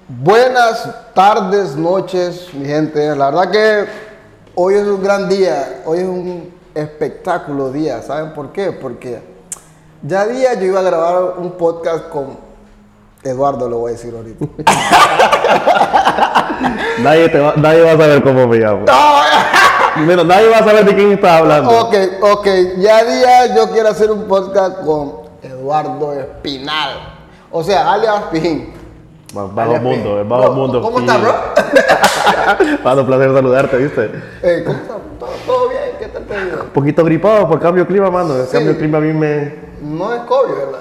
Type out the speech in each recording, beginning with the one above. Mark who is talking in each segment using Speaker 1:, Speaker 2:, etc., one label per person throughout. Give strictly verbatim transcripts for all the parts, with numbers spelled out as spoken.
Speaker 1: Buenas tardes, noches, mi gente. La verdad que hoy es un gran día, hoy es un espectáculo día. ¿Saben por qué? Porque ya día yo iba a grabar un podcast con Eduardo, lo voy a decir ahorita.
Speaker 2: nadie, te va, nadie va a saber cómo me llamo. Mira, nadie va a saber de quién está hablando.
Speaker 1: Ok, ok. Ya día yo quiero hacer un podcast con Eduardo Espinal. O sea, alias Pijín.
Speaker 2: Bajo mundo, el bajo
Speaker 1: bro,
Speaker 2: mundo.
Speaker 1: ¿Cómo estás, bro?
Speaker 2: Va un placer saludarte, ¿viste?
Speaker 1: Eh, ¿Cómo estás? ¿Todo, todo bien? ¿Qué tal te ha ido?
Speaker 2: Un poquito gripado por cambio de clima, mano. El
Speaker 1: Sí.
Speaker 2: cambio de clima a mí me...
Speaker 1: No es COVID, ¿verdad?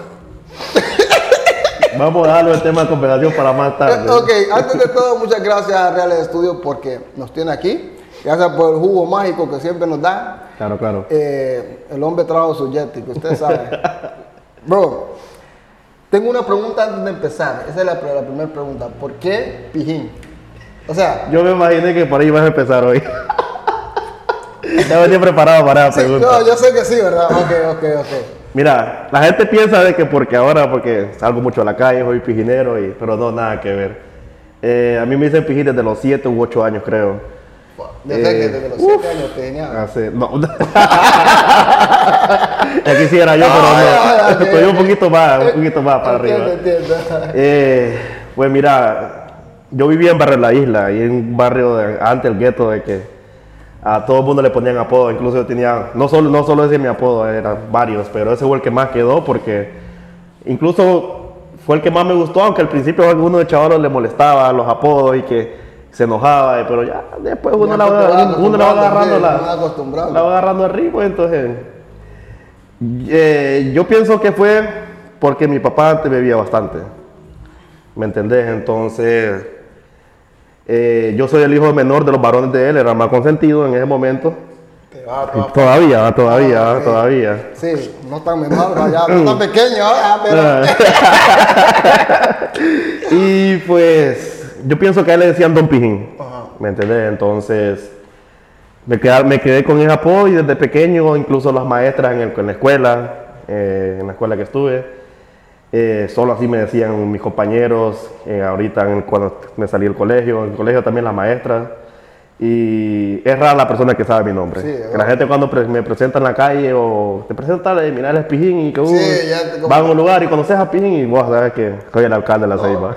Speaker 2: Vamos a darle el tema de conversación para más tarde.
Speaker 1: Ok, antes de todo, muchas gracias a Reales Studios porque nos tiene aquí. Gracias por el jugo mágico que siempre nos da.
Speaker 2: Claro, claro.
Speaker 1: Eh, el hombre trajo su Yeti, que usted sabe. Bro, tengo una pregunta antes de empezar. Esa es la, la primera pregunta. ¿Por qué Pijín? O sea...
Speaker 2: Yo me imaginé que por ahí ibas a empezar hoy. Ya venía preparado para la
Speaker 1: Sí,
Speaker 2: pregunta.
Speaker 1: no, yo sé que sí, ¿verdad? Ok, ok, ok.
Speaker 2: Mira, la gente piensa de que porque ahora, porque salgo mucho a la calle, soy pijinero, y, pero no, nada que ver. Eh, a mí me dicen pijín desde los siete u ocho años, creo.
Speaker 1: Desde,
Speaker 2: Eh,
Speaker 1: que, desde los siete años te genial.
Speaker 2: Hace, no. Ya quisiera yo, pero
Speaker 1: No,
Speaker 2: no.
Speaker 1: ya, ya,
Speaker 2: Estoy
Speaker 1: ya.
Speaker 2: un poquito más, un poquito más para
Speaker 1: Entiendo,
Speaker 2: arriba.
Speaker 1: entiendo.
Speaker 2: Eh, pues mira, yo vivía en Barrio La Isla, y en un barrio de, antes el gueto, de que a todo el mundo le ponían apodo. Incluso yo tenía, no solo, no solo ese mi apodo, eran varios, pero ese fue el que más quedó porque incluso fue el que más me gustó, aunque al principio a algunos de chavalos le molestaba los apodos y que se enojaba, pero ya después uno,
Speaker 1: Ya
Speaker 2: la,
Speaker 1: te vas
Speaker 2: va, uno la va agarrando,
Speaker 1: sí, te vas
Speaker 2: la,
Speaker 1: acostumbrando.
Speaker 2: la va agarrando el ritmo. Entonces eh, yo pienso que fue porque mi papá antes bebía bastante, ¿me entendés? Entonces eh, yo soy el hijo menor de los varones de él, era más consentido en ese momento.
Speaker 1: Te va, te
Speaker 2: Y
Speaker 1: va.
Speaker 2: todavía, todavía,
Speaker 1: Ah, ok.
Speaker 2: todavía.
Speaker 1: Sí, no tan menor, ya, no tan pequeño, ah, pero...
Speaker 2: Y pues yo pienso que a él le decían Don Pijín,
Speaker 1: Ajá.
Speaker 2: ¿me entendés? Entonces me quedé, me quedé con ese apodo y desde pequeño, incluso las maestras en, el, en la escuela, eh, en la escuela que estuve, eh, solo así me decían mis compañeros, eh, ahorita en, cuando me salí del colegio, en el colegio también las maestras. Y es rara la persona que sabe mi nombre.
Speaker 1: Sí,
Speaker 2: que la gente cuando pre- me presenta en la calle o te presenta, eh, mira, él es Pijín y que uh,
Speaker 1: Sí, ya te-
Speaker 2: va a un lugar y conoces a Pijín y vos sabes que soy el alcalde de la Ceiba.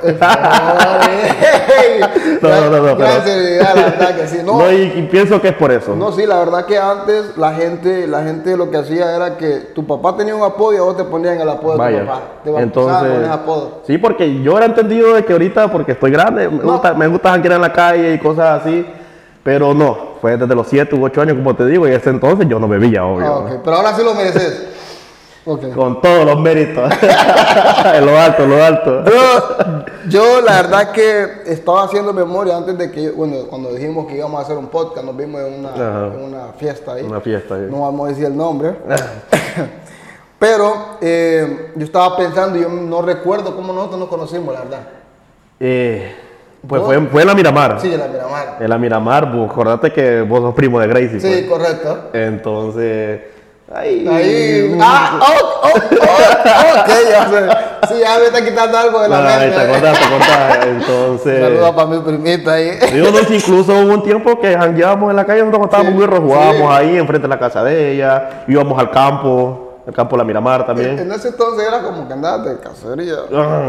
Speaker 1: No,
Speaker 2: No, no, no, pero-
Speaker 1: la verdad que sí. No,
Speaker 2: No, y, y pienso que es por eso.
Speaker 1: no, sí, la verdad que antes la gente, la gente lo que hacía era que tu papá tenía un apodo y a vos te ponían el apodo de
Speaker 2: Vaya,
Speaker 1: tu papá. Te bautizaban con ese
Speaker 2: entonces,
Speaker 1: apodo.
Speaker 2: sí, porque yo era entendido de que ahorita, porque estoy grande, me
Speaker 1: No.
Speaker 2: gusta, me gusta janguear en la calle y cosas así, pero no, fue desde los siete u ocho años, como te digo, y ese entonces yo no bebía, obvio.
Speaker 1: Ah, ok, pero ahora sí lo mereces. Ok.
Speaker 2: Con todos los méritos. En lo alto, en lo alto.
Speaker 1: Bro, yo la verdad que estaba haciendo memoria antes de que, bueno, cuando dijimos que íbamos a hacer un podcast, nos vimos en una,
Speaker 2: Ajá.
Speaker 1: en una fiesta ahí.
Speaker 2: Una fiesta ahí.
Speaker 1: No vamos a decir el nombre. Pero eh, yo estaba pensando, yo no recuerdo cómo nosotros nos conocimos, la verdad.
Speaker 2: Eh, pues
Speaker 1: ¿Vos?
Speaker 2: fue, fue en la Miramar.
Speaker 1: Sí, en la Miramar.
Speaker 2: En la Miramar, vos acordate que vos sos primo de Gracie.
Speaker 1: Sí,
Speaker 2: pues.
Speaker 1: correcto.
Speaker 2: Entonces, ahí.
Speaker 1: Ahí. Ah, oh, oh, oh, ok, ya sé. Sí, ya me está quitando algo de la
Speaker 2: Ay,
Speaker 1: mente.
Speaker 2: te acordás, te acordás. Entonces.
Speaker 1: Saludos para mi primita ahí.
Speaker 2: Digo, no, si incluso hubo un tiempo que jangueábamos en la calle, nosotros estábamos
Speaker 1: Sí,
Speaker 2: muy birros, jugábamos
Speaker 1: sí.
Speaker 2: ahí enfrente de la casa de ella, íbamos al campo, al campo de la Miramar también.
Speaker 1: En ese entonces era como que andabas de cacería.
Speaker 2: Ah,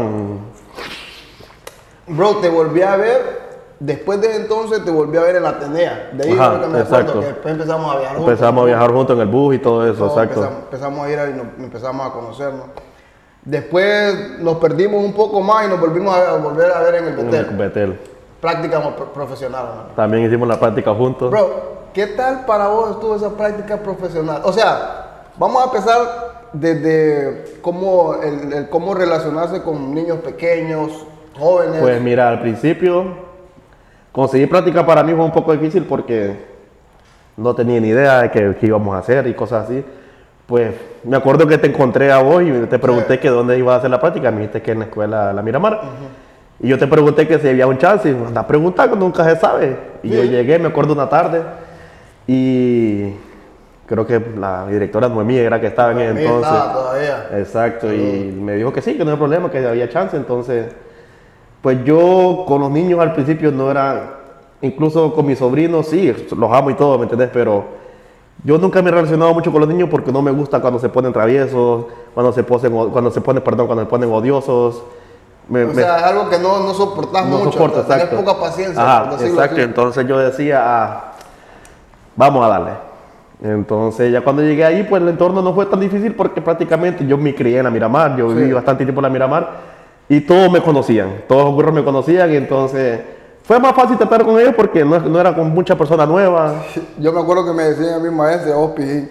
Speaker 1: Bro, te volví a ver. Después de entonces te volví a ver en la Atenea. De ahí
Speaker 2: Ajá,
Speaker 1: creo que me
Speaker 2: exacto.
Speaker 1: acuerdo que después empezamos a viajar juntos.
Speaker 2: Empezamos a viajar juntos en el bus y todo eso,
Speaker 1: Todo,
Speaker 2: exacto.
Speaker 1: Empezamos, empezamos a ir ahí y nos, empezamos a conocernos. Después nos perdimos un poco más y nos volvimos a, a volver a ver en el
Speaker 2: En el
Speaker 1: Betel.
Speaker 2: Betel.
Speaker 1: Práctica mo- pro- profesional, hermano.
Speaker 2: También hicimos la práctica juntos.
Speaker 1: Bro, ¿qué tal para vos estuvo esa práctica profesional? O sea, vamos a empezar desde cómo, el, el cómo relacionarse con niños pequeños, jóvenes.
Speaker 2: Pues mira, al principio conseguir práctica para mí fue un poco difícil porque no tenía ni idea de qué, qué íbamos a hacer y cosas así. Pues me acuerdo que te encontré a vos y te pregunté
Speaker 1: Sí.
Speaker 2: que dónde ibas a hacer la práctica. Me dijiste que en la escuela La Miramar. Y yo te pregunté que si había un chance. Y anda preguntando, nunca se sabe. Y yo
Speaker 1: Sí.
Speaker 2: llegué, me acuerdo una tarde. Y creo que la directora Noemí era que estaba en ese
Speaker 1: Noemí
Speaker 2: entonces.
Speaker 1: estaba todavía.
Speaker 2: Exacto. Y me dijo que sí, que no hay problema, que había chance. Entonces, Pues yo con los niños al principio no era, incluso con mis sobrinos sí, los amo y todo, ¿me entendés? Pero yo nunca me he relacionado mucho con los niños porque no me gusta cuando se ponen traviesos, cuando se ponen, cuando se ponen, perdón, cuando se ponen odiosos.
Speaker 1: Me, o sea, me, es algo que no, no soportas
Speaker 2: no
Speaker 1: mucho,
Speaker 2: soporto,
Speaker 1: tienes poca paciencia.
Speaker 2: Ajá, exacto, así. Entonces yo decía, ah, vamos a darle. Entonces ya cuando llegué ahí, pues el entorno no fue tan difícil porque prácticamente yo me crié en la Miramar, yo viví sí. bastante tiempo en la Miramar y todos me conocían, todos los burros me conocían y entonces fue más fácil tratar con ellos porque no, no era con muchas personas nuevas.
Speaker 1: Yo me acuerdo que me decían a mi maestro, oh, pijín.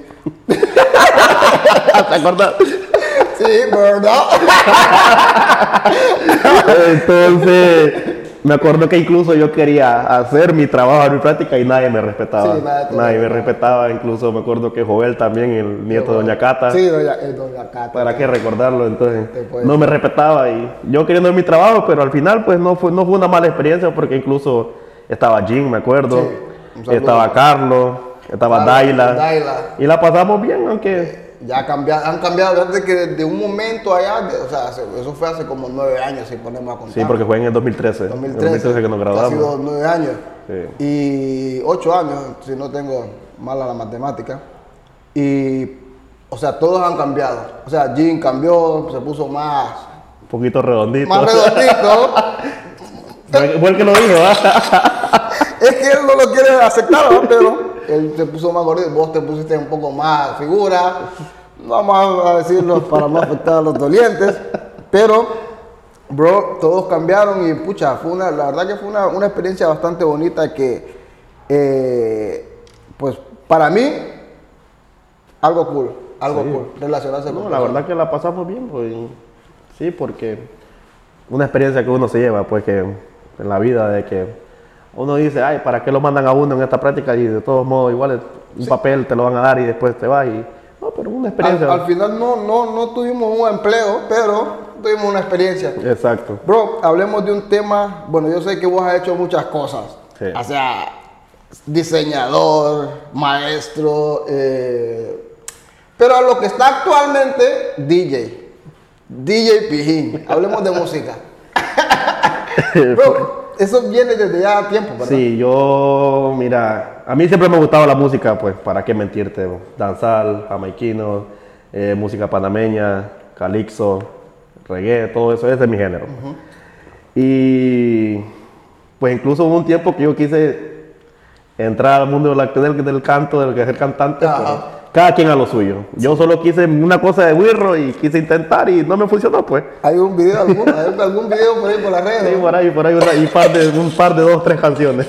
Speaker 2: ¿Te acuerdas?
Speaker 1: Sí, ¿verdad?
Speaker 2: Entonces, me acuerdo que incluso yo quería hacer mi trabajo, mi práctica y nadie me respetaba. Sí, nadie, nadie me respetaba. Incluso me acuerdo que Joel también, el nieto de Doña Cata.
Speaker 1: Sí, Doña, eh, Doña Cata.
Speaker 2: ¿Para qué recordarlo? Entonces, no me respetaba y yo queriendo mi trabajo, pero al final pues no fue, no fue una mala experiencia porque incluso estaba Jim, me acuerdo. Sí, estaba Carlos, estaba Carlos, Daila, Daila. Y la pasamos bien, aunque...
Speaker 1: Ya ha cambiado, han cambiado desde que de un momento allá, de, o sea, eso fue hace como nueve años, si ponemos a contar.
Speaker 2: Sí, porque fue en el dos mil trece.
Speaker 1: dos mil trece,
Speaker 2: dos mil trece que nos graduamos.
Speaker 1: Ha sido nueve años.
Speaker 2: Sí.
Speaker 1: Y ocho años, si no tengo mala la matemática. Y, o sea, todos han cambiado. O sea, Jim cambió, se puso más...
Speaker 2: Un poquito redondito.
Speaker 1: Más redondito.
Speaker 2: Fue el que lo dijo, ¿verdad?
Speaker 1: Es que él no lo quiere aceptar, ¿no? Pero... Él se puso más gordito, vos te pusiste un poco más figura, vamos a decirlo para no afectar a los dolientes, pero, bro, todos cambiaron y, pucha, fue una, la verdad que fue una, una experiencia bastante bonita que, eh, pues, para mí, algo cool, algo sí. cool, relacionarse
Speaker 2: no,
Speaker 1: con
Speaker 2: la verdad que la pasamos bien, pues, sí, porque una experiencia que uno se lleva, pues, que en la vida, de que uno dice, ay, ¿para qué lo mandan a uno en esta práctica? Y de todos modos, igual un sí. papel te lo van a dar y después te vas. Y, no, pero una experiencia.
Speaker 1: Al, al final no, no, no tuvimos un empleo, pero tuvimos una experiencia.
Speaker 2: Exacto.
Speaker 1: Bro, hablemos de un tema, bueno, yo sé que vos has hecho muchas cosas. Sí. O sea, diseñador, maestro, eh, pero lo que está actualmente, D J. D J Pijín. Hablemos de música. Bro, eso viene desde ya tiempo, ¿verdad?
Speaker 2: Sí, yo, mira, a mí siempre me ha gustado la música, pues, ¿para qué mentirte? Danzal, jamaiquino, eh, música panameña, calixto, reggae, todo eso, ese es mi género. Uh-huh. Y, pues, incluso hubo un tiempo que yo quise entrar al mundo del, del, del canto, del que es el cantante, pero cada quien a lo suyo. Yo sí. solo quise una cosa de birro y quise intentar y no me funcionó, pues.
Speaker 1: ¿Hay un video, algún, ¿hay algún video por ahí por las redes?
Speaker 2: Sí, por ahí, por ahí, una, y par de, un par de dos, tres canciones.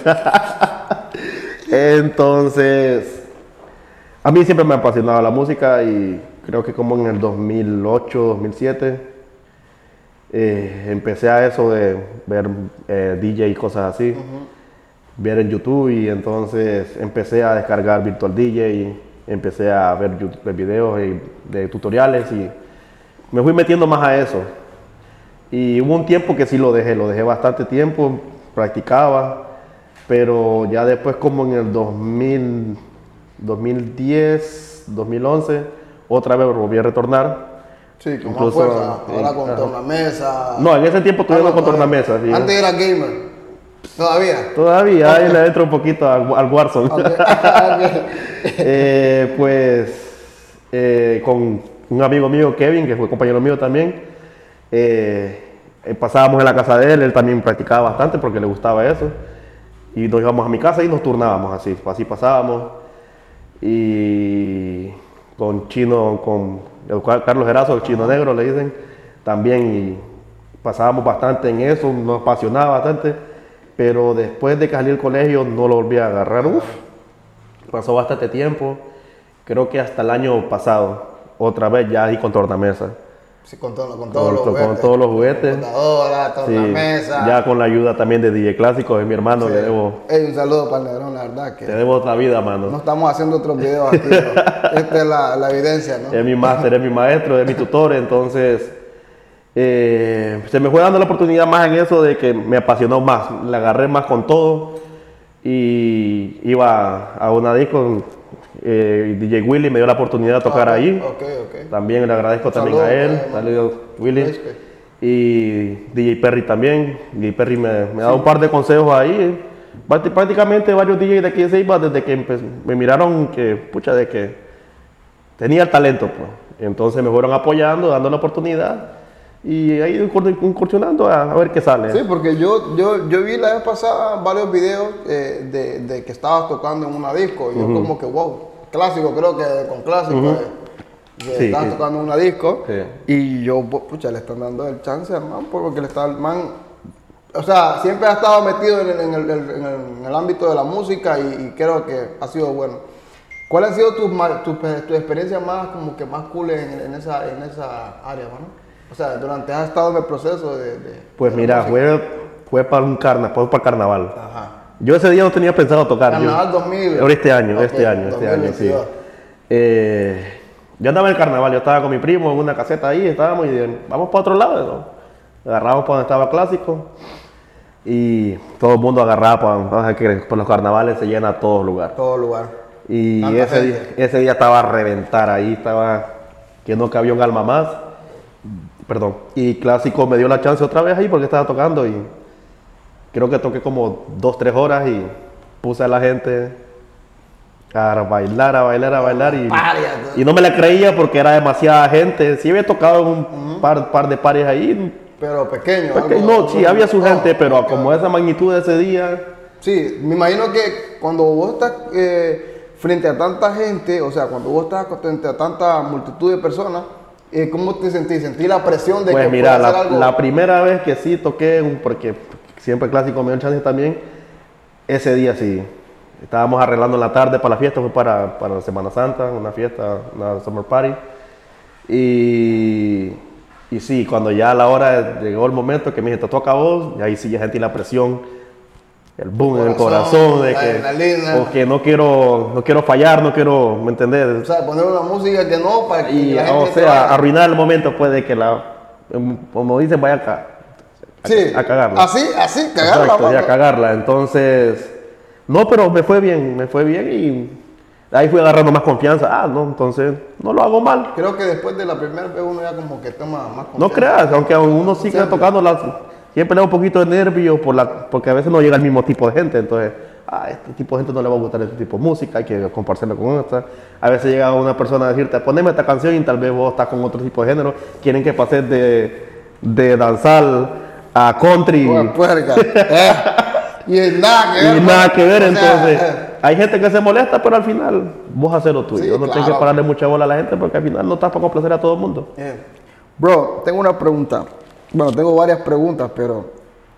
Speaker 2: Entonces, a mí siempre me ha apasionado la música y creo que como en el dos mil ocho, dos mil siete, eh, empecé a eso de ver eh, D J y cosas así, uh-huh. ver en YouTube y entonces empecé a descargar Virtual D J y empecé a ver YouTube, videos y, de tutoriales y me fui metiendo más a eso. Y hubo un tiempo que sí lo dejé, lo dejé bastante tiempo, practicaba, pero ya después como en el dos mil, dos mil diez, dos mil once, otra vez volví a retornar.
Speaker 1: Sí, con incluso, más fuerza, ahora con tornamesa.
Speaker 2: No, en ese tiempo todavía no con tornamesa. Sí.
Speaker 1: Antes era gamer. ¿Todavía?
Speaker 2: Todavía, okay. Ahí le entro un poquito al, al Warzone. Okay. Okay. eh, pues eh, con un amigo mío, Kevin, que fue compañero mío también, eh, eh, pasábamos en la casa de él, él también practicaba bastante porque le gustaba eso. Y nos íbamos a mi casa y nos turnábamos así, así pasábamos. Y con Chino, con Carlos Erazo, el Chino Negro le dicen, también y pasábamos bastante en eso, nos apasionaba bastante. Pero después de que salí del colegio no lo volví a agarrar. Uf, pasó bastante tiempo. Creo que hasta el año pasado, otra vez ya ahí con tornamesa.
Speaker 1: Sí, con, todo, con, todos, los
Speaker 2: con,
Speaker 1: juguetes,
Speaker 2: con todos los juguetes.
Speaker 1: Computadora, tornamesa.
Speaker 2: Sí, ya con la ayuda también de D J Clásico, de mi hermano,
Speaker 1: sí.
Speaker 2: le debo.
Speaker 1: Hey, un saludo para el Negrón, la verdad. Que
Speaker 2: te debo otra vida, mano.
Speaker 1: No estamos haciendo otros videos aquí. ¿no? Esta es la, la evidencia, ¿no?
Speaker 2: Es mi máster, es mi maestro, es mi tutor, entonces. Eh, se me fue dando la oportunidad más en eso de que me apasionó más, le agarré más con todo y iba a una disco, eh, D J Willy me dio la oportunidad de tocar
Speaker 1: okay,
Speaker 2: ahí,
Speaker 1: okay, okay.
Speaker 2: También le agradezco también
Speaker 1: Saludos,
Speaker 2: a él,
Speaker 1: eh,
Speaker 2: saludos Willy, Y D J Perry también. D J Perry me, me ha dado un par de consejos ahí. Prácti- Prácticamente varios D Js de aquí de Ceiba, desde que empe- me miraron que, pucha, de que tenía el talento, pues. Entonces me fueron apoyando, dando la oportunidad. Y ahí incur- incursionando a, a ver qué sale.
Speaker 1: Sí, porque yo, yo, yo vi la vez pasada varios videos eh, de, de que estabas tocando en una disco. Y yo como que, wow, clásico, creo que con clásico.
Speaker 2: Ujú.
Speaker 1: eh, que
Speaker 2: Sí,
Speaker 1: estabas
Speaker 2: sí.
Speaker 1: tocando en una disco.
Speaker 2: Sí.
Speaker 1: Y yo, pu- pucha, le están dando el chance al man, porque le está el man. O sea, siempre ha estado metido en el, en el, en el, en el ámbito de la música y, y creo que ha sido bueno. ¿Cuáles han sido tus ma- tus tu experiencias más como que más cool en, en esa en esa área, mano? O sea, durante has estado en el proceso de, de
Speaker 2: Pues
Speaker 1: de la
Speaker 2: mira,
Speaker 1: música.
Speaker 2: fue, fue para un carnaval, fue para carnaval.
Speaker 1: Ajá.
Speaker 2: Yo ese día no tenía pensado tocar. yo-
Speaker 1: Carnaval dos mil.
Speaker 2: Ahora este año,
Speaker 1: Ok,
Speaker 2: este año, este año, sí.
Speaker 1: dos mil veintidós.
Speaker 2: Eh, yo andaba en el carnaval, yo estaba con mi primo en una caseta ahí, estábamos y dije, vamos para otro lado, ¿no? Agarramos para donde estaba clásico y todo el mundo agarraba para, para que por los carnavales se llena todo lugar.
Speaker 1: Todo lugar.
Speaker 2: Y
Speaker 1: Tanta
Speaker 2: ese día,
Speaker 1: gente.
Speaker 2: ese día estaba a reventar ahí, estaba que no cabía un alma más. Perdón. Y Clásico me dio la chance otra vez ahí porque estaba tocando y creo que toqué como dos, tres horas y puse a la gente a bailar, a bailar, a bailar y,
Speaker 1: Varias.
Speaker 2: y no me la creía porque era demasiada gente. Sí había tocado en un par, par de pares ahí.
Speaker 1: Pero pequeño.
Speaker 2: Porque
Speaker 1: algo-
Speaker 2: no, sí, había su
Speaker 1: Oh,
Speaker 2: gente, pero
Speaker 1: ok.
Speaker 2: como esa magnitud de ese día,
Speaker 1: Sí, me imagino que cuando vos estás eh, frente a tanta gente, o sea, cuando vos estás frente a tanta multitud de personas, eh, ¿cómo te sentís? ¿Sentís la presión de
Speaker 2: pues
Speaker 1: que
Speaker 2: mira,
Speaker 1: pueda hacer
Speaker 2: la,
Speaker 1: algo?
Speaker 2: la primera vez que sí toqué, un- porque siempre Clásico me dio chance también, ese día sí. Estábamos arreglando en la tarde para la fiesta, fue para, para Semana Santa, una fiesta, una summer party. Y, y sí, cuando ya a la hora llegó el momento que me dije, te toca a vos, y ahí sí ya sentí la presión, el boom en el
Speaker 1: Corazón,
Speaker 2: corazón, de
Speaker 1: la
Speaker 2: que,
Speaker 1: adrenalina.
Speaker 2: porque no quiero, no quiero fallar, no quiero, ¿me
Speaker 1: O
Speaker 2: entendés?
Speaker 1: sea, poner una música que no, para que
Speaker 2: Y,
Speaker 1: la gente
Speaker 2: o
Speaker 1: se
Speaker 2: sea,
Speaker 1: vaya.
Speaker 2: arruinar el momento puede que la, como dicen, vaya acá. A,
Speaker 1: Sí,
Speaker 2: a cagarla.
Speaker 1: así, así, cagarla.
Speaker 2: Exacto, sí, a
Speaker 1: mano.
Speaker 2: cagarla. Entonces, no, pero me fue bien, me fue bien y ahí fui agarrando más confianza. Ah, no, entonces no lo hago mal.
Speaker 1: Creo que después de la primera vez uno ya como que toma más
Speaker 2: No
Speaker 1: confianza.
Speaker 2: creas, aunque uno siga
Speaker 1: Siempre.
Speaker 2: tocando las, siempre le da un poquito de nervio por la, porque a veces no llega el mismo tipo de gente. Entonces, ah, este tipo de gente no le va a gustar este tipo de música, hay que compartirlo con esta. A veces llega una persona a decirte, poneme esta canción y tal vez vos estás con otro tipo de género. Quieren que pases de, de danzal a country.
Speaker 1: Pues, puerca. Eh, y nada que ver.
Speaker 2: Y
Speaker 1: mano.
Speaker 2: nada que ver,
Speaker 1: O sea,
Speaker 2: entonces
Speaker 1: eh,
Speaker 2: hay gente que se molesta, pero al final vos haces lo tuyo.
Speaker 1: Sí,
Speaker 2: no tienes
Speaker 1: claro.
Speaker 2: que pararle mucha bola a la gente porque al final no estás para complacer a todo el mundo.
Speaker 1: eh. Bro, tengo una pregunta. Bueno, tengo varias preguntas, pero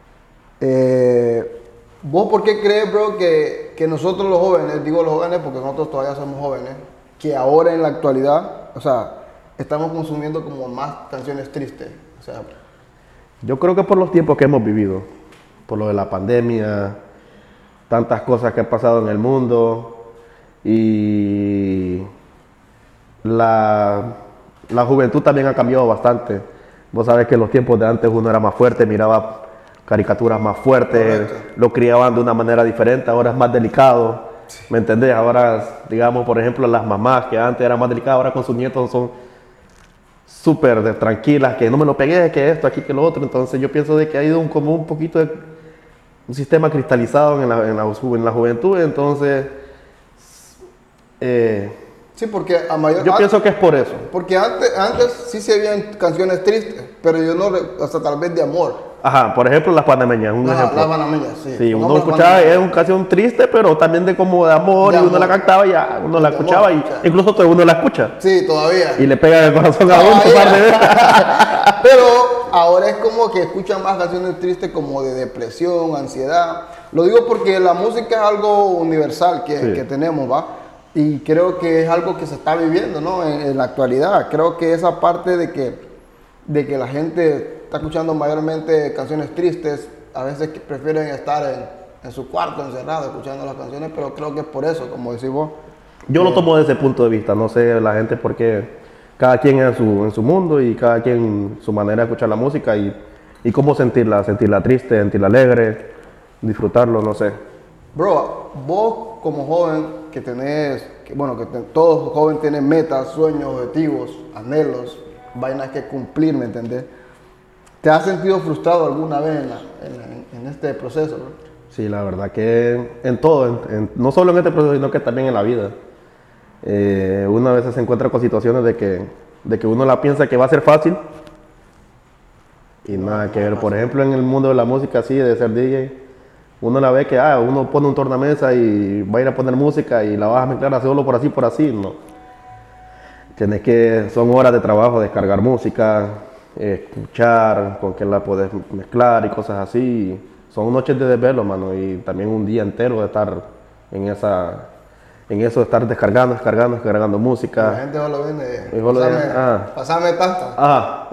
Speaker 1: eh, ¿vos por qué crees, bro, que, que nosotros los jóvenes, digo los jóvenes porque nosotros todavía somos jóvenes, que ahora en la actualidad, o sea, estamos consumiendo como más canciones tristes? O sea,
Speaker 2: Yo creo que por los tiempos que hemos vivido, por lo de la pandemia, tantas cosas que han pasado en el mundo y la, la juventud también ha cambiado bastante. Vos sabés que en los tiempos de antes uno era más fuerte, miraba caricaturas más fuertes,
Speaker 1: Correcto.
Speaker 2: lo criaban de una manera diferente, ahora es más delicado. ¿Me entendés? Ahora, digamos, por ejemplo, las mamás que antes eran más delicadas, ahora con sus nietos son súper de- tranquilas, que no me lo pegué, que esto, aquí, que lo otro. Entonces yo pienso de que ha ido un, como un poquito de un sistema cristalizado en la, en la, ju- en la juventud. Entonces, eh,
Speaker 1: sí, porque a mayor...
Speaker 2: yo
Speaker 1: an-
Speaker 2: pienso que es por eso.
Speaker 1: Porque antes, antes sí se habían canciones tristes, pero yo no, re- o sea, tal vez de amor.
Speaker 2: Ajá, por ejemplo, las panameñas, un
Speaker 1: La,
Speaker 2: ejemplo.
Speaker 1: las panameñas, sí.
Speaker 2: Sí, uno
Speaker 1: Pongamos las
Speaker 2: escuchaba,
Speaker 1: panameñas.
Speaker 2: es una canción triste, pero también de como de amor,
Speaker 1: De
Speaker 2: y uno
Speaker 1: amor.
Speaker 2: la cantaba y ya, uno la
Speaker 1: De
Speaker 2: escuchaba,
Speaker 1: amor,
Speaker 2: y
Speaker 1: o sea.
Speaker 2: incluso todo uno la escucha.
Speaker 1: Sí, todavía.
Speaker 2: Y le pega en el corazón a uno un
Speaker 1: Todavía.
Speaker 2: par de veces.
Speaker 1: Pero ahora es como que escuchan más canciones tristes como de depresión, ansiedad. Lo digo porque la música es algo universal que,
Speaker 2: Sí.
Speaker 1: que tenemos, ¿va? Y creo que es algo que se está viviendo, ¿no? En, en la actualidad. Creo que esa parte de que, de que la gente está escuchando mayormente canciones tristes, a veces que prefieren estar en, en su cuarto encerrado escuchando las canciones, pero creo que es por eso, como decís vos.
Speaker 2: Yo lo tomo desde ese punto de vista, no sé la gente porque cada quien en su, en su mundo y cada quien su manera de escuchar la música y, y cómo sentirla, sentirla triste, sentirla alegre, disfrutarlo, no sé.
Speaker 1: Bro, vos como joven que tenés, que, bueno, que te- todos jóvenes tienen metas, sueños, objetivos, anhelos, vainas que cumplir, ¿me entendés? ¿Te has sentido frustrado alguna vez en, la, en, en este proceso, bro?
Speaker 2: Sí, la verdad que en todo, en, en, no solo en este proceso, sino que también en la vida. Eh, una vez se encuentra con situaciones de que, de que uno la piensa que va a ser fácil y no, nada que ver. Por ejemplo, en el mundo de la música, así, de ser D J, uno la ve que ah, uno pone un tornamesa y va a ir a poner música y la vas a mezclar solo por así, por así, no. Tienes que, son horas de trabajo, descargar música, escuchar, con qué la puedes mezclar y cosas así. Son noches de desvelo, mano, y también un día entero de estar en esa, en eso de estar descargando, descargando, descargando música.
Speaker 1: La gente no lo vende.
Speaker 2: Y vos lo ven, ah.
Speaker 1: Pasame tanto.
Speaker 2: Ah.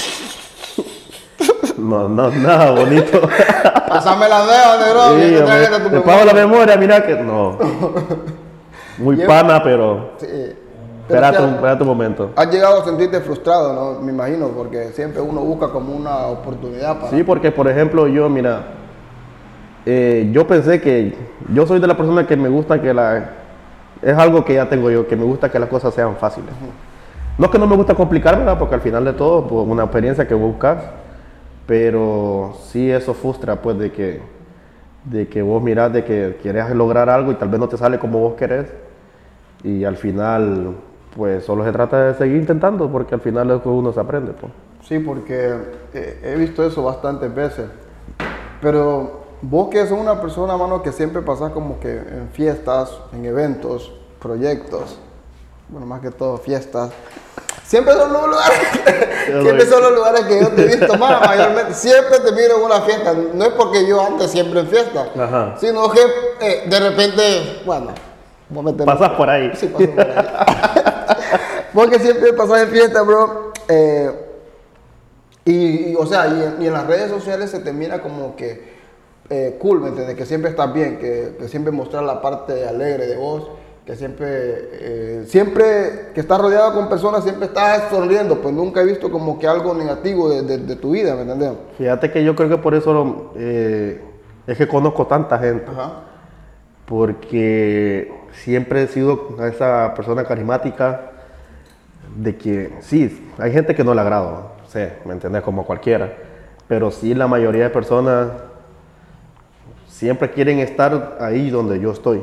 Speaker 2: No, no, nada bonito.
Speaker 1: Pásame la dedos, bro.
Speaker 2: Sí, me, te, te pago la memoria, mira que no. Muy pana, pero. Sí. Espérate un, espérate un momento.
Speaker 1: Has llegado a sentirte frustrado, ¿no? Me imagino, porque siempre uno busca como una oportunidad para...
Speaker 2: Sí, porque por ejemplo yo, mira, eh, yo pensé que yo soy de la persona que me gusta que la... Es algo que ya tengo yo, que me gusta que las cosas sean fáciles. Uh-huh. No es que no me gusta complicarme, ¿verdad? Porque al final de todo, pues, una experiencia que buscas, pero sí eso frustra, pues, de que, de que vos mirás de que querés lograr algo y tal vez no te sale como vos querés, y al final... pues solo se trata de seguir intentando, porque al final es que uno se aprende, pues.
Speaker 1: Sí, porque he, he visto eso bastantes veces. Pero vos que sos una persona, mano, que siempre pasás como que en fiestas, en eventos, proyectos, bueno, más que todo fiestas. Siempre son los lugares, siempre son los lugares que yo te he visto más, mayormente. Siempre te miro en una fiesta. No es porque yo ande siempre en fiesta, Ajá. sino que eh, de repente, bueno...
Speaker 2: Pasas por ahí.
Speaker 1: Sí, paso por ahí. Porque siempre pasas en fiesta, bro. Eh, y, y, o sea, y en, y en las redes sociales se te mira como que eh, cool, ¿me entiendes? Que siempre estás bien, que, que siempre mostrar la parte alegre de vos, que siempre, eh, siempre que estás rodeado con personas, siempre estás sonriendo. Pues nunca he visto como que algo negativo de, de, de tu vida, ¿me entiendes?
Speaker 2: Fíjate que yo creo que por eso eh, es que conozco tanta gente. Ajá. Porque siempre he sido esa persona carismática de que sí, hay gente que no le agrado, sí, ¿me entiendes? Como cualquiera, pero sí la mayoría de personas siempre quieren estar ahí donde yo estoy.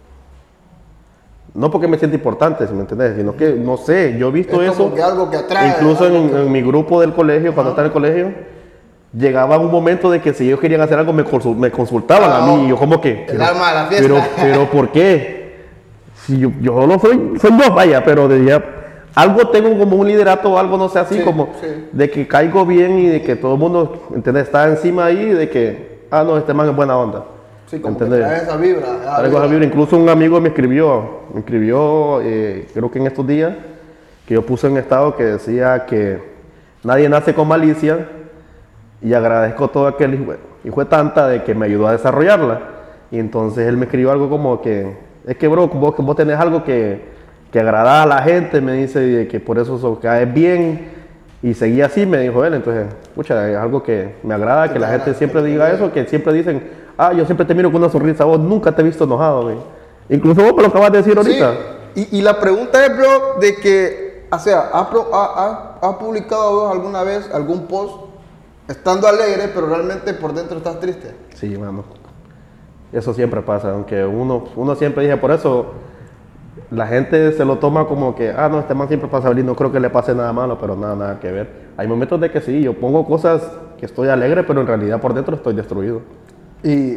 Speaker 2: No porque me sienta importante, ¿me entiendes? Sino que, no sé, yo he visto
Speaker 1: es
Speaker 2: eso,
Speaker 1: como que algo que atrae,
Speaker 2: incluso en,
Speaker 1: que...
Speaker 2: en mi grupo del colegio, cuando estaba en el colegio, llegaba un momento de que si ellos querían hacer algo me, consul me consultaban no, a mí y yo como que...
Speaker 1: El alma de la fiesta.
Speaker 2: Pero, pero ¿por qué? Si yo, yo no soy, soy yo, vaya, pero de ya, algo tengo como un liderato o algo, no sé, así sí, como sí. de que caigo bien y de que todo el mundo, ¿entendés? Está encima ahí de que, ah, no, este man es buena onda.
Speaker 1: Sí, como ¿entendés? Que trae esa vibra.
Speaker 2: Traigo vibra. esa vibra. Incluso un amigo me escribió, me escribió, eh, creo que en estos días, que yo puse en estado que decía que nadie nace con malicia. Y agradezco todo aquel hijo, hijo de tanta de que me ayudó a desarrollarla. Y entonces él me escribió algo como que, es que bro, vos, vos tenés algo que, que agrada a la gente, me dice, que por eso so, caes bien. Y seguí así, me dijo él. Entonces, pucha, es algo que me agrada, que la gente siempre diga eso, que siempre dicen, ah, yo siempre te miro con una sonrisa, vos nunca te he visto enojado, güey. Incluso vos me lo acabas de decir ahorita.
Speaker 1: Sí. Y, y la pregunta es, bro, de que, o sea, ¿ha, ha, ha, ha publicado vos alguna vez algún post estando alegre, pero realmente por dentro estás triste?
Speaker 2: Sí, mano. Eso siempre pasa, aunque uno, uno siempre dice, por eso la gente se lo toma como que, ah, no, este man siempre pasa feliz, no creo que le pase nada malo, pero nada, nada que ver. Hay momentos de que sí, yo pongo cosas que estoy alegre, pero en realidad por dentro estoy destruido.
Speaker 1: Y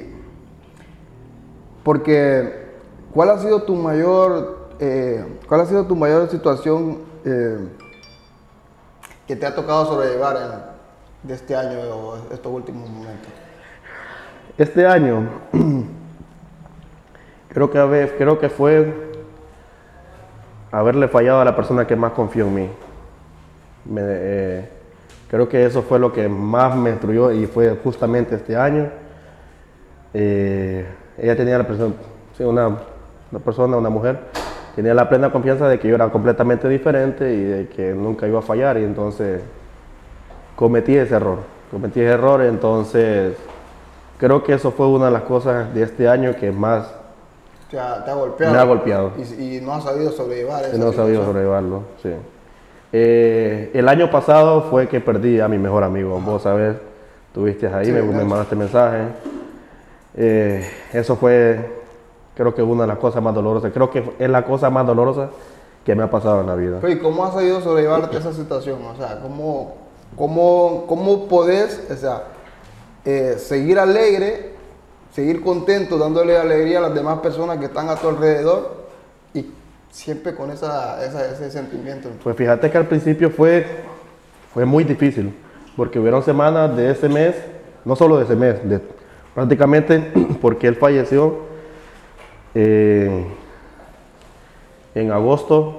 Speaker 1: porque, ¿cuál ha sido tu mayor, eh, cuál ha sido tu mayor situación eh, que te ha tocado sobrellevar en de este año o estos últimos momentos?
Speaker 2: Este año, creo que, haber, creo que fue haberle fallado a la persona que más confió en mí. Me, eh, creo que eso fue lo que más me destruyó y fue justamente este año. Eh, ella tenía la persona, sí, una, una persona, una mujer, tenía la plena confianza de que yo era completamente diferente y de que nunca iba a fallar, y entonces cometí ese error, cometí ese error, entonces creo que eso fue una de las cosas de este año que más
Speaker 1: te ha, te ha golpeado.
Speaker 2: Me ha golpeado.
Speaker 1: Y, y no has sabido sobrellevar eso.
Speaker 2: Y no he sabido sobrellevarlo, sí. Eh, el año pasado fue que perdí a mi mejor amigo. Vos sabés, estuviste ahí,
Speaker 1: Sí,
Speaker 2: me, me mandaste mensaje. Eh, eso fue, creo que una de las cosas más dolorosas. Creo que es la cosa más dolorosa que me ha pasado en la vida.
Speaker 1: Pero ¿y cómo has sabido sobrellevar esa situación? O sea, ¿cómo, cómo, cómo podés, o sea, eh, seguir alegre, seguir contento, dándole alegría a las demás personas que están a tu alrededor y siempre con esa, esa, ese sentimiento?
Speaker 2: Pues fíjate que al principio fue, fue muy difícil, porque hubieron semanas de ese mes, no solo de ese mes, de, prácticamente porque él falleció eh, en agosto,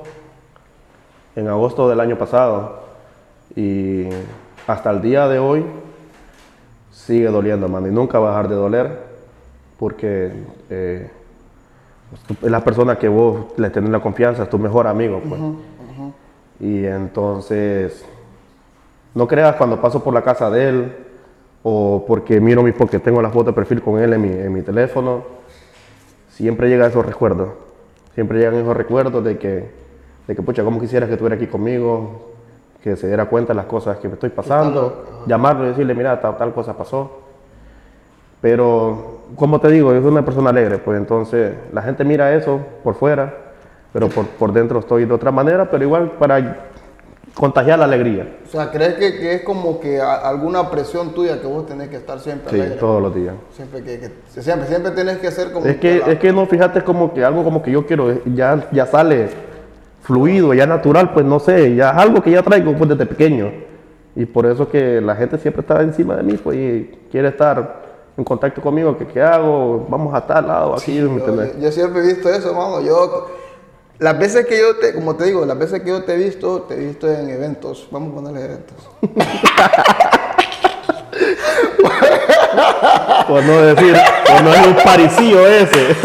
Speaker 2: en agosto del año pasado, y hasta el día de hoy sigue doliendo, mano, y nunca va a dejar de doler, porque eh, es la persona que vos le tenés la confianza, es tu mejor amigo, pues. Uh-huh, uh-huh. Y entonces, no creas cuando paso por la casa de él, o porque miro mi, porque tengo la foto de perfil con él en mi, en mi teléfono, siempre llegan esos recuerdos, siempre llegan esos recuerdos de que, de que pucha, ¿cómo quisieras que estuviera aquí conmigo? Que se diera cuenta de las cosas que me estoy pasando, uh-huh. Llamarlo y decirle, mira, tal, tal cosa pasó. Pero, como te digo, es una persona alegre, pues entonces la gente mira eso por fuera, pero por, por dentro estoy de otra manera, pero igual para contagiar la alegría.
Speaker 1: O sea, ¿crees que, que es como que a, alguna presión tuya que vos tenés que estar siempre
Speaker 2: sí,
Speaker 1: alegre?
Speaker 2: Sí, todos los días.
Speaker 1: Siempre, que, que, siempre, siempre tenés que ser como...
Speaker 2: Es que,
Speaker 1: que la...
Speaker 2: es que no, fíjate, como que algo como que yo quiero, ya, ya sale fluido, ya natural, pues no sé, ya es algo que ya traigo pues desde pequeño. Y por eso que la gente siempre está encima de mí, pues, y quiere estar en contacto conmigo, que qué hago, vamos a tal lado, aquí,
Speaker 1: sí,
Speaker 2: ¿me
Speaker 1: yo, yo siempre he visto eso, mano. Yo, las veces que yo te, como te digo, las veces que yo te he visto, te he visto en eventos. Vamos a ponerle eventos.
Speaker 2: Por no decir, por no es un parisío ese.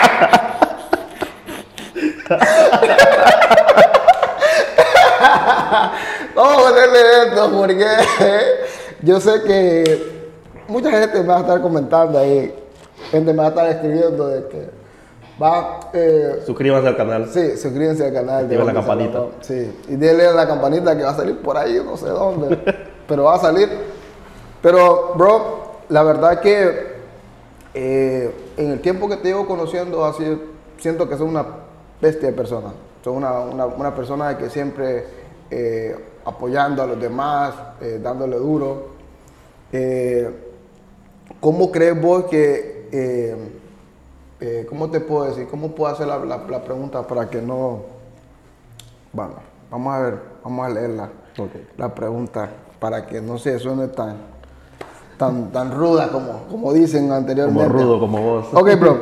Speaker 1: Vamos a ponerle eventos porque yo sé que mucha gente me va a estar comentando ahí, gente me va a estar escribiendo de que va... Eh,
Speaker 2: suscríbanse al canal.
Speaker 1: Sí, suscríbanse al canal.
Speaker 2: Activen la campanita.
Speaker 1: Sí, y denle a la campanita que va a salir por ahí, no sé dónde, pero va a salir. Pero, bro, la verdad que eh, en el tiempo que te llevo conociendo, así, siento que sos una bestia de persona. Sos una, una, una persona que siempre eh, apoyando a los demás, eh, dándole duro. Eh, ¿Cómo crees vos que, eh, eh, cómo te puedo decir, cómo puedo hacer la, la, la pregunta para que no, bueno, vamos a ver, vamos a leerla, okay. La pregunta, para que no se suene tan, tan, tan ruda como, como dicen anteriormente.
Speaker 2: Como rudo como vos.
Speaker 1: Ok, bro.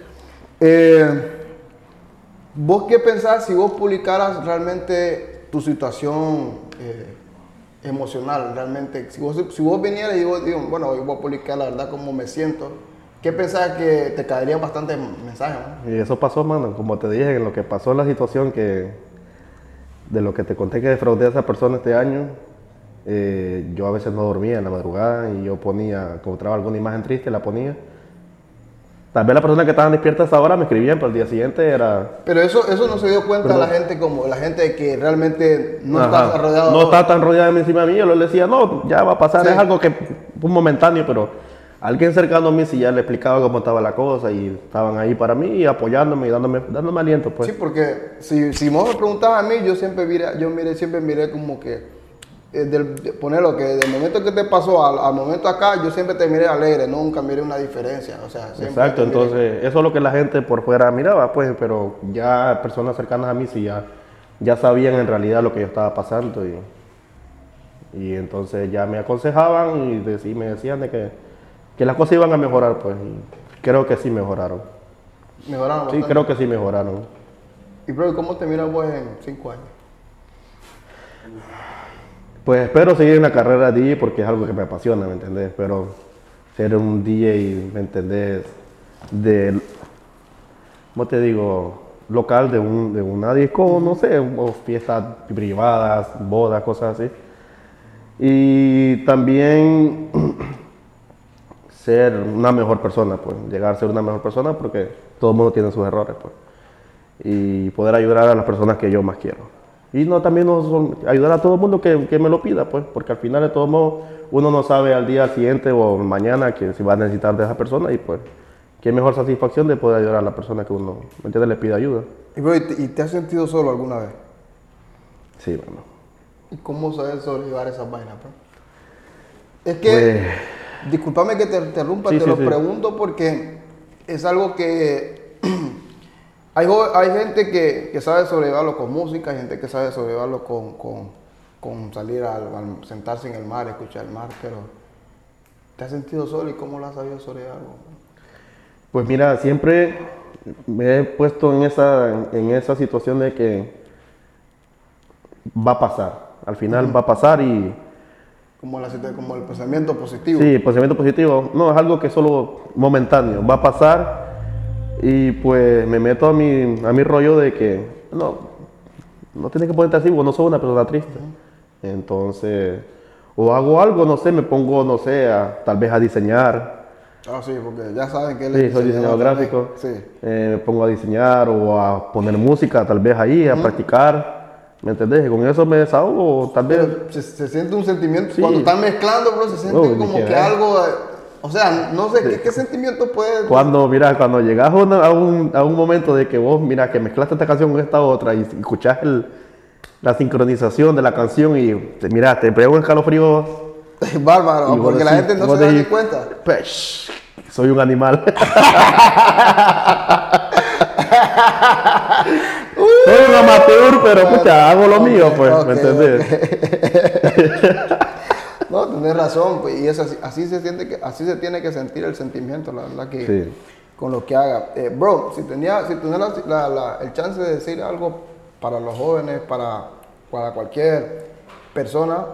Speaker 1: eh, ¿Vos qué pensás si vos publicaras realmente tu situación eh, emocional, realmente? Si vos, si vos vinieras y vos digo, bueno, yo voy a publicar la verdad cómo me siento, ¿qué pensás que te caerían bastantes mensajes, ¿no?
Speaker 2: Y eso pasó, mano, como te dije, en lo que pasó en la situación que, de lo que te conté que defraudé a esa persona este año, eh, yo a veces no dormía en la madrugada y yo ponía, encontraba alguna imagen triste, la ponía. Tal vez las personas que estaban despiertas ahora me escribían, pero el día siguiente era...
Speaker 1: Pero eso, eso no se dio cuenta pero, la gente como la gente que realmente no ajá, está rodeada.
Speaker 2: No está tan rodeada de encima de mí, yo le decía, no, ya va a pasar, sí. Es algo que fue momentáneo, pero alguien cercano a mí sí ya le explicaba cómo estaba la cosa y estaban ahí para mí y apoyándome y dándome, dándome aliento, pues.
Speaker 1: Sí, porque si, si vos me preguntabas a mí, yo siempre miré, yo miré, siempre miré como que... Del, de ponerlo que del momento que te pasó al, al momento acá, yo siempre te miré alegre, nunca miré una diferencia, o sea,
Speaker 2: exacto, entonces eso es lo que la gente por fuera miraba, pues, pero ya personas cercanas a mí sí ya, ya sabían en realidad lo que yo estaba pasando y, y entonces ya me aconsejaban y de, y me decían de que, que las cosas iban a mejorar, pues, y creo que sí mejoraron.
Speaker 1: ¿Mejoraron bastante?
Speaker 2: Sí, creo que sí mejoraron.
Speaker 1: Y bro, ¿cómo te miras vos en cinco años?
Speaker 2: Pues espero seguir en la carrera de D J porque es algo que me apasiona, ¿me entendés? Pero ser un D J, ¿me entendés? De, ¿cómo te digo? Local de, un, de una disco, no sé, o fiestas privadas, bodas, cosas así. Y también ser una mejor persona, pues, llegar a ser una mejor persona porque todo el mundo tiene sus errores, pues. Y poder ayudar a las personas que yo más quiero. Y no, también no son- ayudar a todo el mundo que, que me lo pida, pues, porque al final de todos modos uno no sabe al día siguiente o mañana que si va a necesitar de esa persona y pues, qué mejor satisfacción de poder ayudar a la persona que uno, ¿me entiendes? Le pide ayuda.
Speaker 1: Y, bro, ¿y te, y te has sentido solo alguna vez?
Speaker 2: Sí, bueno.
Speaker 1: ¿Y cómo sabes sobrellevar esas vainas, bro? Es que, discúlpame que te interrumpa,
Speaker 2: Sí,
Speaker 1: te
Speaker 2: sí,
Speaker 1: lo
Speaker 2: sí.
Speaker 1: pregunto porque es algo que hay, jo- hay gente que, que sabe sobrellevarlo con música, hay gente que sabe sobrellevarlo con, con, con salir al, al sentarse en el mar, escuchar el mar, pero ¿te has sentido solo y cómo lo has sabido sobrellevar, bro?
Speaker 2: Pues mira, siempre me he puesto en esa, en esa situación de que va a pasar. Al final va a pasar y
Speaker 1: Como, la, situa- como el pensamiento positivo.
Speaker 2: sí, pensamiento positivo. No, es algo que solo momentáneo. Va a pasar y pues me meto a mi, a mi rollo de que no, no tienes que ponerte así, vos no sos una persona triste. Entonces, o hago algo, no sé, me pongo, no sé, a- tal vez a diseñar.
Speaker 1: Ah, sí, porque ya saben que él
Speaker 2: Sí,
Speaker 1: es
Speaker 2: soy diseñador
Speaker 1: también.
Speaker 2: gráfico.
Speaker 1: Sí.
Speaker 2: Eh, me pongo a diseñar o a poner música, tal vez ahí, a practicar. ¿Me entendés? Y con eso me desahogo, tal vez.
Speaker 1: Pero se, se siente un sentimiento,
Speaker 2: Sí.
Speaker 1: cuando están mezclando, bro, se siente
Speaker 2: Oh,
Speaker 1: como
Speaker 2: dije,
Speaker 1: que
Speaker 2: eh.
Speaker 1: algo, eh, o sea, no sé, ¿qué, qué sentimiento puede...?
Speaker 2: Cuando, mira, cuando llegas a, una- a un, a un momento de que vos, mira, que mezclaste esta canción con esta otra y escuchás el- la sincronización de la canción y, te, mira, te pega un escalofrío.
Speaker 1: Bárbaro,
Speaker 2: Y vos
Speaker 1: porque la
Speaker 2: decís-
Speaker 1: gente no
Speaker 2: vos
Speaker 1: se da ni
Speaker 2: decís,
Speaker 1: cuenta.
Speaker 2: "Pesh, soy un animal. Soy un amateur, pero pucha, hago lo
Speaker 1: Ok,
Speaker 2: mío, pues,
Speaker 1: ok,
Speaker 2: ¿me entendés?
Speaker 1: No, tenés razón, pues, y es así, así se siente que, así se tiene que sentir el sentimiento, la verdad que
Speaker 2: Sí.
Speaker 1: con lo que haga. Eh, bro, si tenía, si tenía la- la- la- el chance de decir algo para los jóvenes, para, para cualquier persona,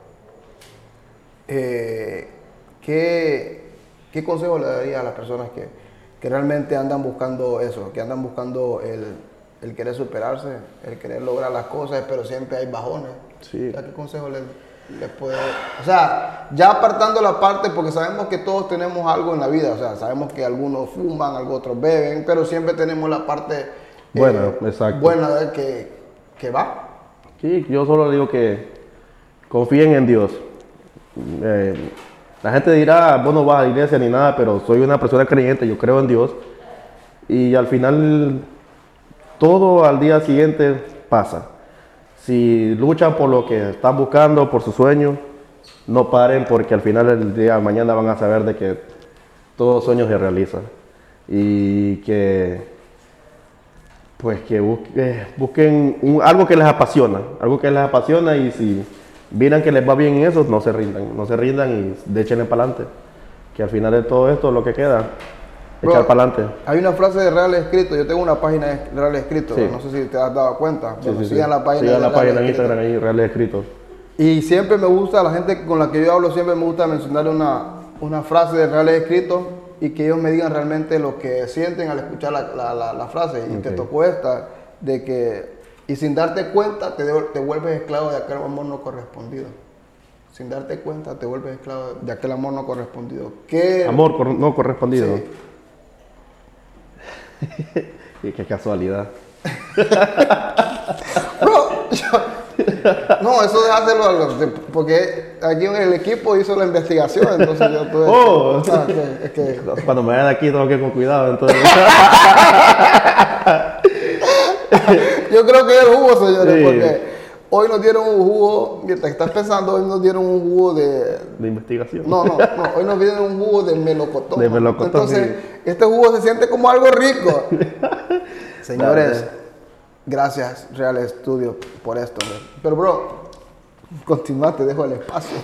Speaker 1: eh, ¿qué, qué consejo le daría a las personas que, que realmente andan buscando eso, que andan buscando el, el querer superarse, el querer lograr las cosas, pero siempre hay bajones?
Speaker 2: Sí.
Speaker 1: O sea, ¿qué consejo les, les puede...? O sea, ya apartando la parte, porque sabemos que todos tenemos algo en la vida, o sea, sabemos que algunos fuman, algunos otros beben, pero siempre tenemos la parte
Speaker 2: Buena,
Speaker 1: eh,
Speaker 2: exacto.
Speaker 1: buena de que, que va.
Speaker 2: Sí, yo solo digo que confíen en Dios. Eh, la gente dirá, vos no vas a la iglesia ni nada, pero soy una persona creyente, yo creo en Dios. Y al final, todo al día siguiente pasa. Si luchan por lo que están buscando, por sus sueños, no paren porque al final del día de mañana van a saber de que todo sueño se realiza. Y que pues que busque- busquen un- algo que les apasiona, algo que les apasiona y si miran que les va bien en eso, no se rindan, no se rindan y échenle para adelante. Que al final de todo esto es lo que queda,
Speaker 1: Bro,
Speaker 2: echar para adelante.
Speaker 1: Hay una frase de Real Escrito, yo tengo una página de Real Escrito,
Speaker 2: Sí.
Speaker 1: no sé si te has dado cuenta.
Speaker 2: Sí,
Speaker 1: Bueno,
Speaker 2: sí, sí.
Speaker 1: sigan la página
Speaker 2: Sigan
Speaker 1: de
Speaker 2: la
Speaker 1: Real
Speaker 2: página en
Speaker 1: Escrito.
Speaker 2: Instagram ahí, Reales Escritos.
Speaker 1: Y siempre me gusta, la gente con la que yo hablo, siempre me gusta mencionarle una, una frase de Reales Escritos y que ellos me digan realmente lo que sienten al escuchar la, la- la- la frase. Y te
Speaker 2: Ok.
Speaker 1: tocó esta, de que, y sin darte cuenta te, de- te vuelves esclavo de aquel amor no correspondido. Sin darte cuenta te vuelves esclavo de aquel amor no correspondido. ¿Qué?
Speaker 2: Amor cor- no correspondido.
Speaker 1: Sí.
Speaker 2: Y qué casualidad.
Speaker 1: Bro, yo- no, eso déjaselo a los de- porque aquí en el equipo hizo la investigación, entonces yo tuve...
Speaker 2: Oh.
Speaker 1: Ah, que- es que-
Speaker 2: Cuando me vayan de aquí tengo que ir con cuidado, entonces.
Speaker 1: yo creo que es el jugo, señores,
Speaker 2: Sí.
Speaker 1: porque hoy nos dieron un jugo, mientras estás pensando, hoy nos dieron un jugo de...
Speaker 2: De investigación.
Speaker 1: No, no, no, hoy nos dieron un jugo de melocotón.
Speaker 2: De melocotón,
Speaker 1: Entonces,
Speaker 2: sí.
Speaker 1: este jugo se siente como algo rico. Señores,
Speaker 2: Dale.
Speaker 1: gracias Real Studio por esto. ¿no? Pero, bro, continúa, te dejo el espacio.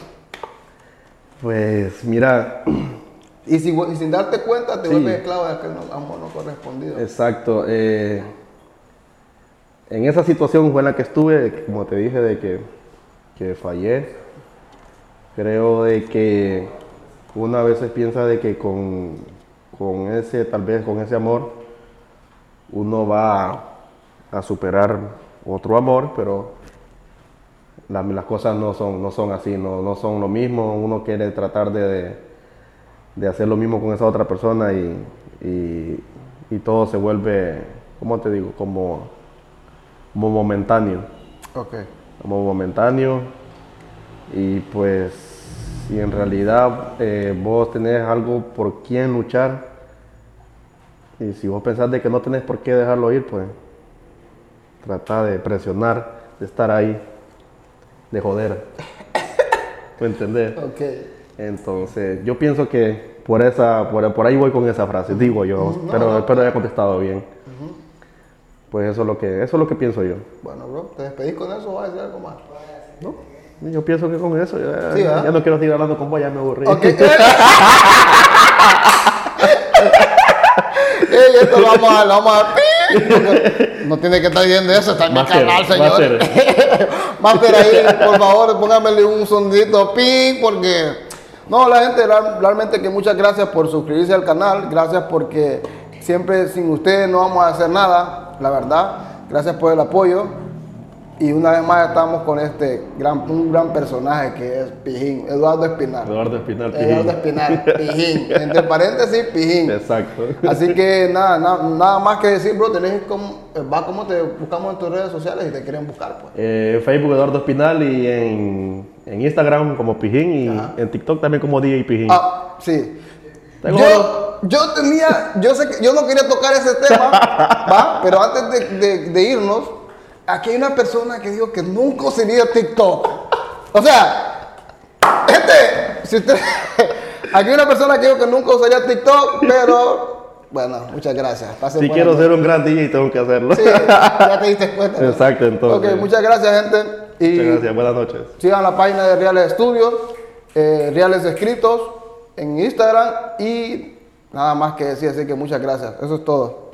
Speaker 2: Pues mira,
Speaker 1: Y, si, y sin darte cuenta, te
Speaker 2: Sí.
Speaker 1: vuelves esclavo de aquel no- amor no correspondido.
Speaker 2: exacto. eh, en esa situación fue en la que estuve, como te dije, de que, que fallé. Creo de que uno a veces piensa de que con, con ese, tal vez con ese amor, uno va a, a superar otro amor, pero la- las cosas no son, no son así, no, no son lo mismo. Uno quiere tratar de, de, de hacer lo mismo con esa otra persona y, y, y todo se vuelve, ¿cómo te digo? Como, como momentáneo.
Speaker 1: Ok.
Speaker 2: Como momentáneo. Y pues, si en realidad eh, vos tenés algo por quien luchar, y si vos pensás de que no tenés por qué dejarlo ir, pues trata de presionar, de estar ahí, de joder. ¿Me entendés?
Speaker 1: Ok.
Speaker 2: Entonces, yo pienso que por esa, por, por ahí voy con esa frase, digo yo,
Speaker 1: No,
Speaker 2: pero
Speaker 1: no.
Speaker 2: espero haya contestado bien. Uh-huh. Pues eso es lo que, eso es lo que pienso yo.
Speaker 1: Bueno, bro, ¿te despedís con eso o vas a decir algo más?
Speaker 2: ¿No? Yo pienso que con eso, ya,
Speaker 1: sí,
Speaker 2: ya, ya no quiero seguir hablando con vos, ya me aburrí.
Speaker 1: Okay. Ey, esto lo vamos a, lo vamos a... No tiene que estar viendo eso, está en mi canal, señor. Master ahí, por favor, póngamele un sonidito ping, porque... No, la gente, realmente que muchas gracias por suscribirse al canal, gracias porque siempre sin ustedes no vamos a hacer nada, la verdad. Gracias por el apoyo. Y una vez más estamos con este gran, un gran personaje que es Pijín, Eduardo Espinal.
Speaker 2: Eduardo Espinal, Pijín.
Speaker 1: Eduardo Espinal, Pijín. Entre paréntesis, Pijín.
Speaker 2: Exacto.
Speaker 1: Así que nada, nada, nada más que decir, bro, tenés como, va como te buscamos en tus redes sociales y te quieren buscar, pues.
Speaker 2: Eh, Facebook Eduardo Espinal y en, en Instagram como Pijín y ajá, en TikTok también como D J Pijín.
Speaker 1: Ah, sí.
Speaker 2: Tengo
Speaker 1: yo, yo tenía, yo sé que yo no quería tocar ese tema, ¿va? Pero antes de, de, de irnos, aquí hay una persona que dijo que nunca usaría TikTok. O sea, gente, si usted, aquí hay una persona que dijo que nunca usaría TikTok, pero bueno, muchas gracias.
Speaker 2: Pase si quiero ser un gran D J, tengo que hacerlo.
Speaker 1: Sí, ya te diste cuenta, ¿no?
Speaker 2: Exacto, entonces.
Speaker 1: Ok, muchas gracias, gente. Y
Speaker 2: muchas gracias, buenas noches.
Speaker 1: Sigan la página de Reales Studios, eh, Reales Escritos en Instagram y nada más que decir, así que muchas gracias. Eso es todo.